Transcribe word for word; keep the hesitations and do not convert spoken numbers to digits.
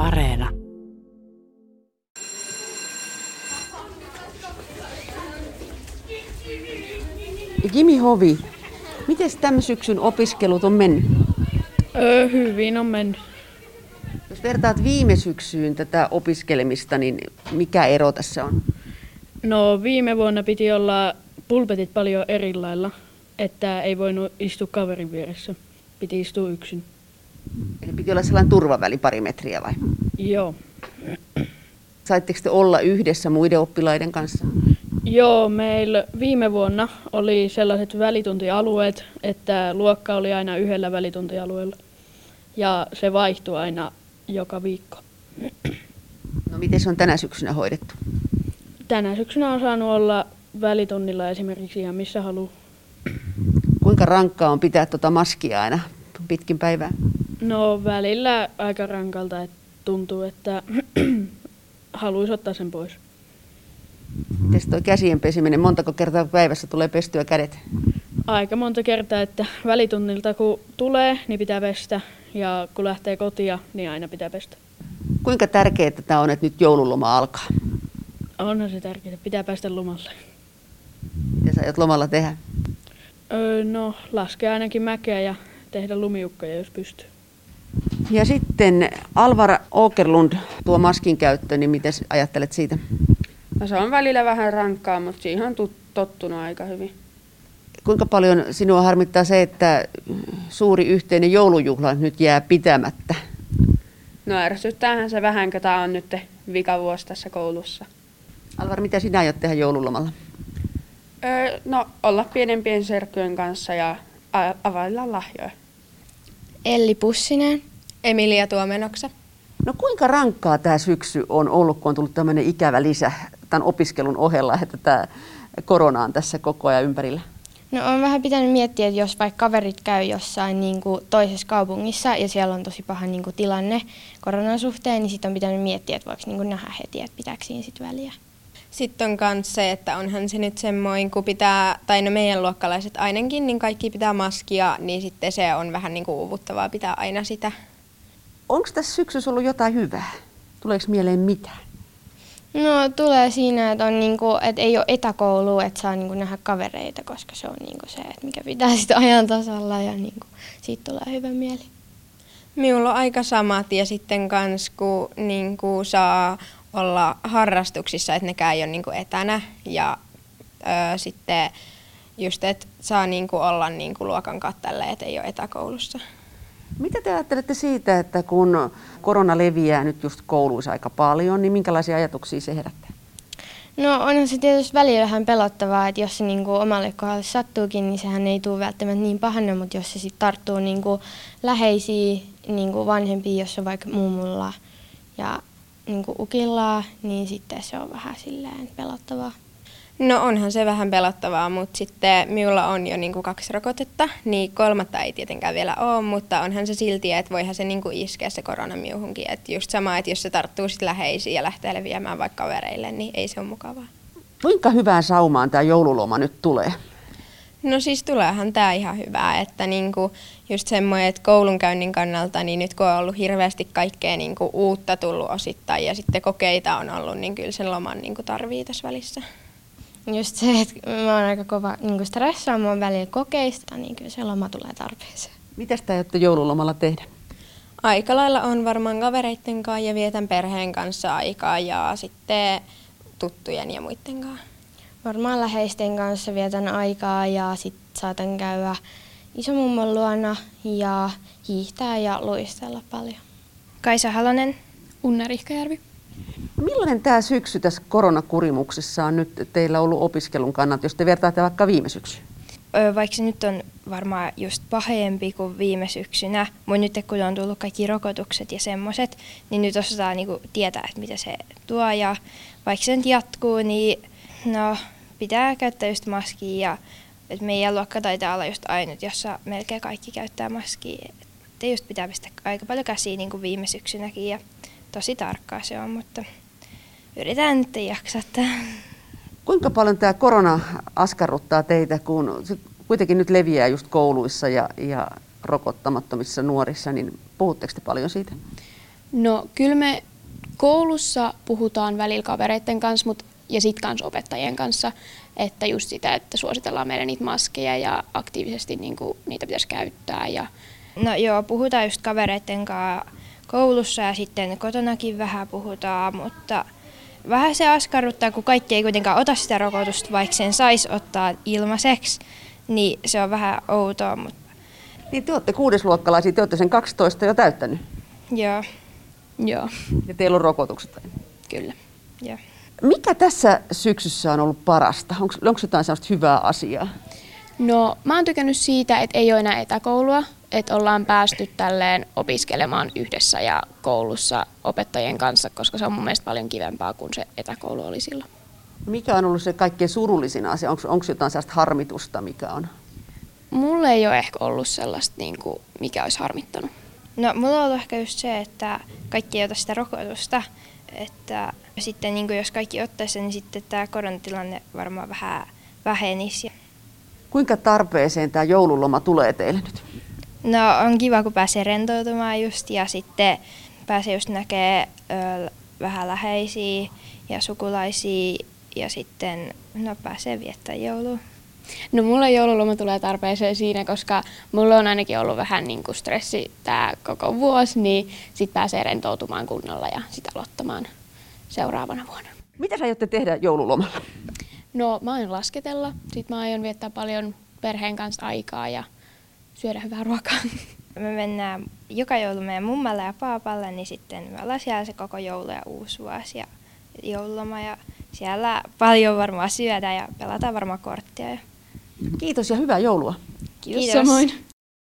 Areena. Jimi Hovi, miten tämän syksyn opiskelut on mennyt? Öö, hyvin on mennyt. Jos vertaat viime syksyyn tätä opiskelemista, niin mikä ero tässä on? No viime vuonna piti olla pulpetit paljon eri lailla, että ei voinut istua kaverin vieressä. Piti istua yksin. Eli piti olla sellainen turvaväli pari metriä vai? Joo. Saitteko te olla yhdessä muiden oppilaiden kanssa? Joo, meillä viime vuonna oli sellaiset välituntialueet, että luokka oli aina yhdellä välituntialueella. Ja se vaihtui aina joka viikko. No miten se on tänä syksynä hoidettu? Tänä syksynä on saanut olla välitunnilla esimerkiksi ihan missä haluaa. Kuinka rankkaa on pitää tuota maskia aina pitkin päivää? No välillä aika rankalta, että tuntuu, että haluaisi ottaa sen pois. Mites toi käsien pesiminen, montako kertaa päivässä tulee pestyä kädet? Aika monta kertaa, että välitunnilta kun tulee, niin pitää pestä. Ja kun lähtee kotia, niin aina pitää pestä. Kuinka tärkeää tämä on, että nyt joululoma alkaa? Onhan se tärkeää, pitää päästä lomalle. Mitä sä aiot lomalla tehdä? Öö, no, laskea ainakin mäkeä ja tehdä lumiukkoja, jos pystyy. Ja sitten Alvar Åkerlund, tuo maskin käyttö, niin miten ajattelet siitä? No se on välillä vähän rankkaa, mutta siihen on tottunut aika hyvin. Kuinka paljon sinua harmittaa se, että suuri yhteinen joulujuhla nyt jää pitämättä? No ärsyttäähän se vähän, kun tämä on nyt vikavuosi tässä koulussa. Alvar, mitä sinä aiot tehdä joululomalla? Öö, no olla pienempien serkkujen kanssa ja a- availla lahjoja. Elli Pussinen. Emilia Tuomenoksa. No kuinka rankkaa tämä syksy on ollut, kun on tullut tämmöinen ikävä lisä tämän opiskelun ohella, että tämä korona on tässä koko ajan ympärillä? No on vähän pitänyt miettiä, että jos vaikka kaverit käy jossain niin kuin toisessa kaupungissa ja siellä on tosi paha niin kuin tilanne koronan suhteen, niin sitten on pitänyt miettiä, että voiko niin kuin nähdä heti, että pitääkö siinä sitten väliä. Sitten on myös se, että onhan se nyt semmoinen, kun pitää, tai no meidän luokkalaiset ainakin, niin kaikki pitää maskia, niin sitten se on vähän niin kuin uuvuttavaa pitää aina sitä. Onko tässä syksyssä ollut jotain hyvää? Tuleeko mieleen mitään? No tulee siinä, että, on niinku, että ei ole etäkoulua, että saa niinku nähdä kavereita, koska se on niinku se, että mikä pitää sitten ajan tasalla ja niinku, siitä tulee hyvä mieli. Minulla on aika samat ja sitten kans kun niinku saa olla harrastuksissa, että nekään ei ole niinku etänä ja ö, sitten just, että saa niinku olla niinku luokan kattalle, että ei ole etäkoulussa. Mitä te ajattelette siitä, että kun korona leviää nyt just kouluissa aika paljon, niin minkälaisia ajatuksia se herättää? No onhan se tietysti välillä vähän pelottavaa, että jos se niinku omalle kohdalle sattuukin, niin sehän ei tule välttämättä niin pahana, mutta jos se sitten tarttuu niinku läheisiin niinku vanhempiin, jos on vaikka mummulla ja niinku ukillaan, niin sitten se on vähän silleen pelottavaa. No onhan se vähän pelottavaa, mutta sitten minulla on jo niinku kaksi rokotetta, niin kolmatta ei tietenkään vielä ole, mutta onhan se silti, että voihan se niinku iskeä se korona miuhunkin. Että just sama, että jos se tarttuu sit läheisiin ja lähtee leviämään vaikka kavereille, niin ei se ole mukavaa. Kuinka hyvään saumaan tämä joululoma nyt tulee? No siis tuleehan tämä ihan hyvää, että niinku just semmoinen, että koulunkäynnin kannalta, niin nyt kun on ollut hirveästi kaikkea niinku uutta tullut osittain ja sitten kokeita on ollut, niin kyllä sen loman niinku tarvii tässä välissä. Just se, että mä oon aika kova niin stressaamaan välillä kokeista, niin kyllä se loma tulee tarpeeseen. Mitä te aiotte joululomalla tehdä? Aika lailla on varmaan kavereitten kanssa ja vietän perheen kanssa aikaa ja sitten tuttujen ja muiden kanssa. Varmaan läheisten kanssa vietän aikaa ja sitten saatan käydä isomummon luona ja hiihtää ja luistella paljon. Kaisa Halonen, Unna Rihkajärvi. Millainen tämä syksy tässä koronakurimuksessa on nyt teillä ollut opiskelun kannalta, jos te vertaatte vaikka viime syksyyn? Vaikka se nyt on varmaan just pahempi kuin viime syksynä, mutta nyt kun on tullut kaikki rokotukset ja semmoiset, niin nyt osataan niinku tietää, että mitä se tuo. Ja vaikka se nyt jatkuu, niin no, pitää käyttää just maskia. Ja, et meidän luokka taitaa olla just ainut, jossa melkein kaikki käyttää maskia. Et just pitää pistää aika paljon käsiä niin kuin viime syksynäkin ja tosi tarkkaa se on, mutta yritetään nyt jaksaa. Kuinka paljon tämä korona askarruttaa teitä, kun se kuitenkin nyt leviää just kouluissa ja, ja rokottamattomissa nuorissa, niin puhutteko te paljon siitä? No kyllä me koulussa puhutaan välillä kavereiden kanssa mut, ja sitten kanssa opettajien kanssa, että just sitä, että suositellaan meille niitä maskeja ja aktiivisesti niinku, niitä pitäisi käyttää. Ja... No joo, puhutaan just kavereiden kanssa koulussa ja sitten kotonakin vähän puhutaan, mutta vähän se askarruttaa, kun kaikki ei kuitenkaan ota sitä rokotusta, vaikka sen saisi ottaa ilmaiseksi, niin se on vähän outoa. Mutta... Niin te olette kuudesluokkalaisia, te olette sen kaksitoista jo täyttänyt. Joo. Joo. Ja teillä on rokotukset. Kyllä. Joo. Mikä tässä syksyssä on ollut parasta? Onko, onko jotain sellaista hyvää asiaa? No mä oon tykännyt siitä, että ei ole enää etäkoulua, että ollaan päästy tälleen opiskelemaan yhdessä ja koulussa opettajien kanssa, koska se on mun mielestä paljon kivempaa kuin se etäkoulu oli silloin. Mikä on ollut se kaikkein surullisin asia? Onko, onko jotain sellaista harmitusta, mikä on? Mulla ei ole ehkä ollut sellaista, niin kuin, mikä olisi harmittanut. No mulla on ollut ehkä just se, että kaikki ei ota sitä rokotusta, että sitten niin jos kaikki ottaisi sen, niin sitten tämä koronatilanne varmaan vähän vähenisi. Kuinka tarpeeseen tämä joululoma tulee teille nyt? No on kiva, kun pääsee rentoutumaan just ja sitten pääsee just näkee ö, vähän läheisiä ja sukulaisia ja sitten no, pääsee viettämään joulua. No mulla joululoma tulee tarpeeseen siinä, koska mulla on ainakin ollut vähän niin kuin stressi tämä koko vuosi, niin sit pääsee rentoutumaan kunnolla ja sitä aloittamaan seuraavana vuonna. Mitä sä aiotte tehdä joululomalla? No mä aion lasketella, sit mä aion viettää paljon perheen kanssa aikaa ja syödä hyvää ruokaa. Me mennään joka joulu meidän mummalle ja paapalle, niin sitten me ollaan siellä se koko joulu ja uusi vuosi ja joululoma ja siellä paljon varmaan syödään ja pelataan varmaan korttia. Kiitos ja hyvää joulua. Kiitos, Kiitos. Samoin.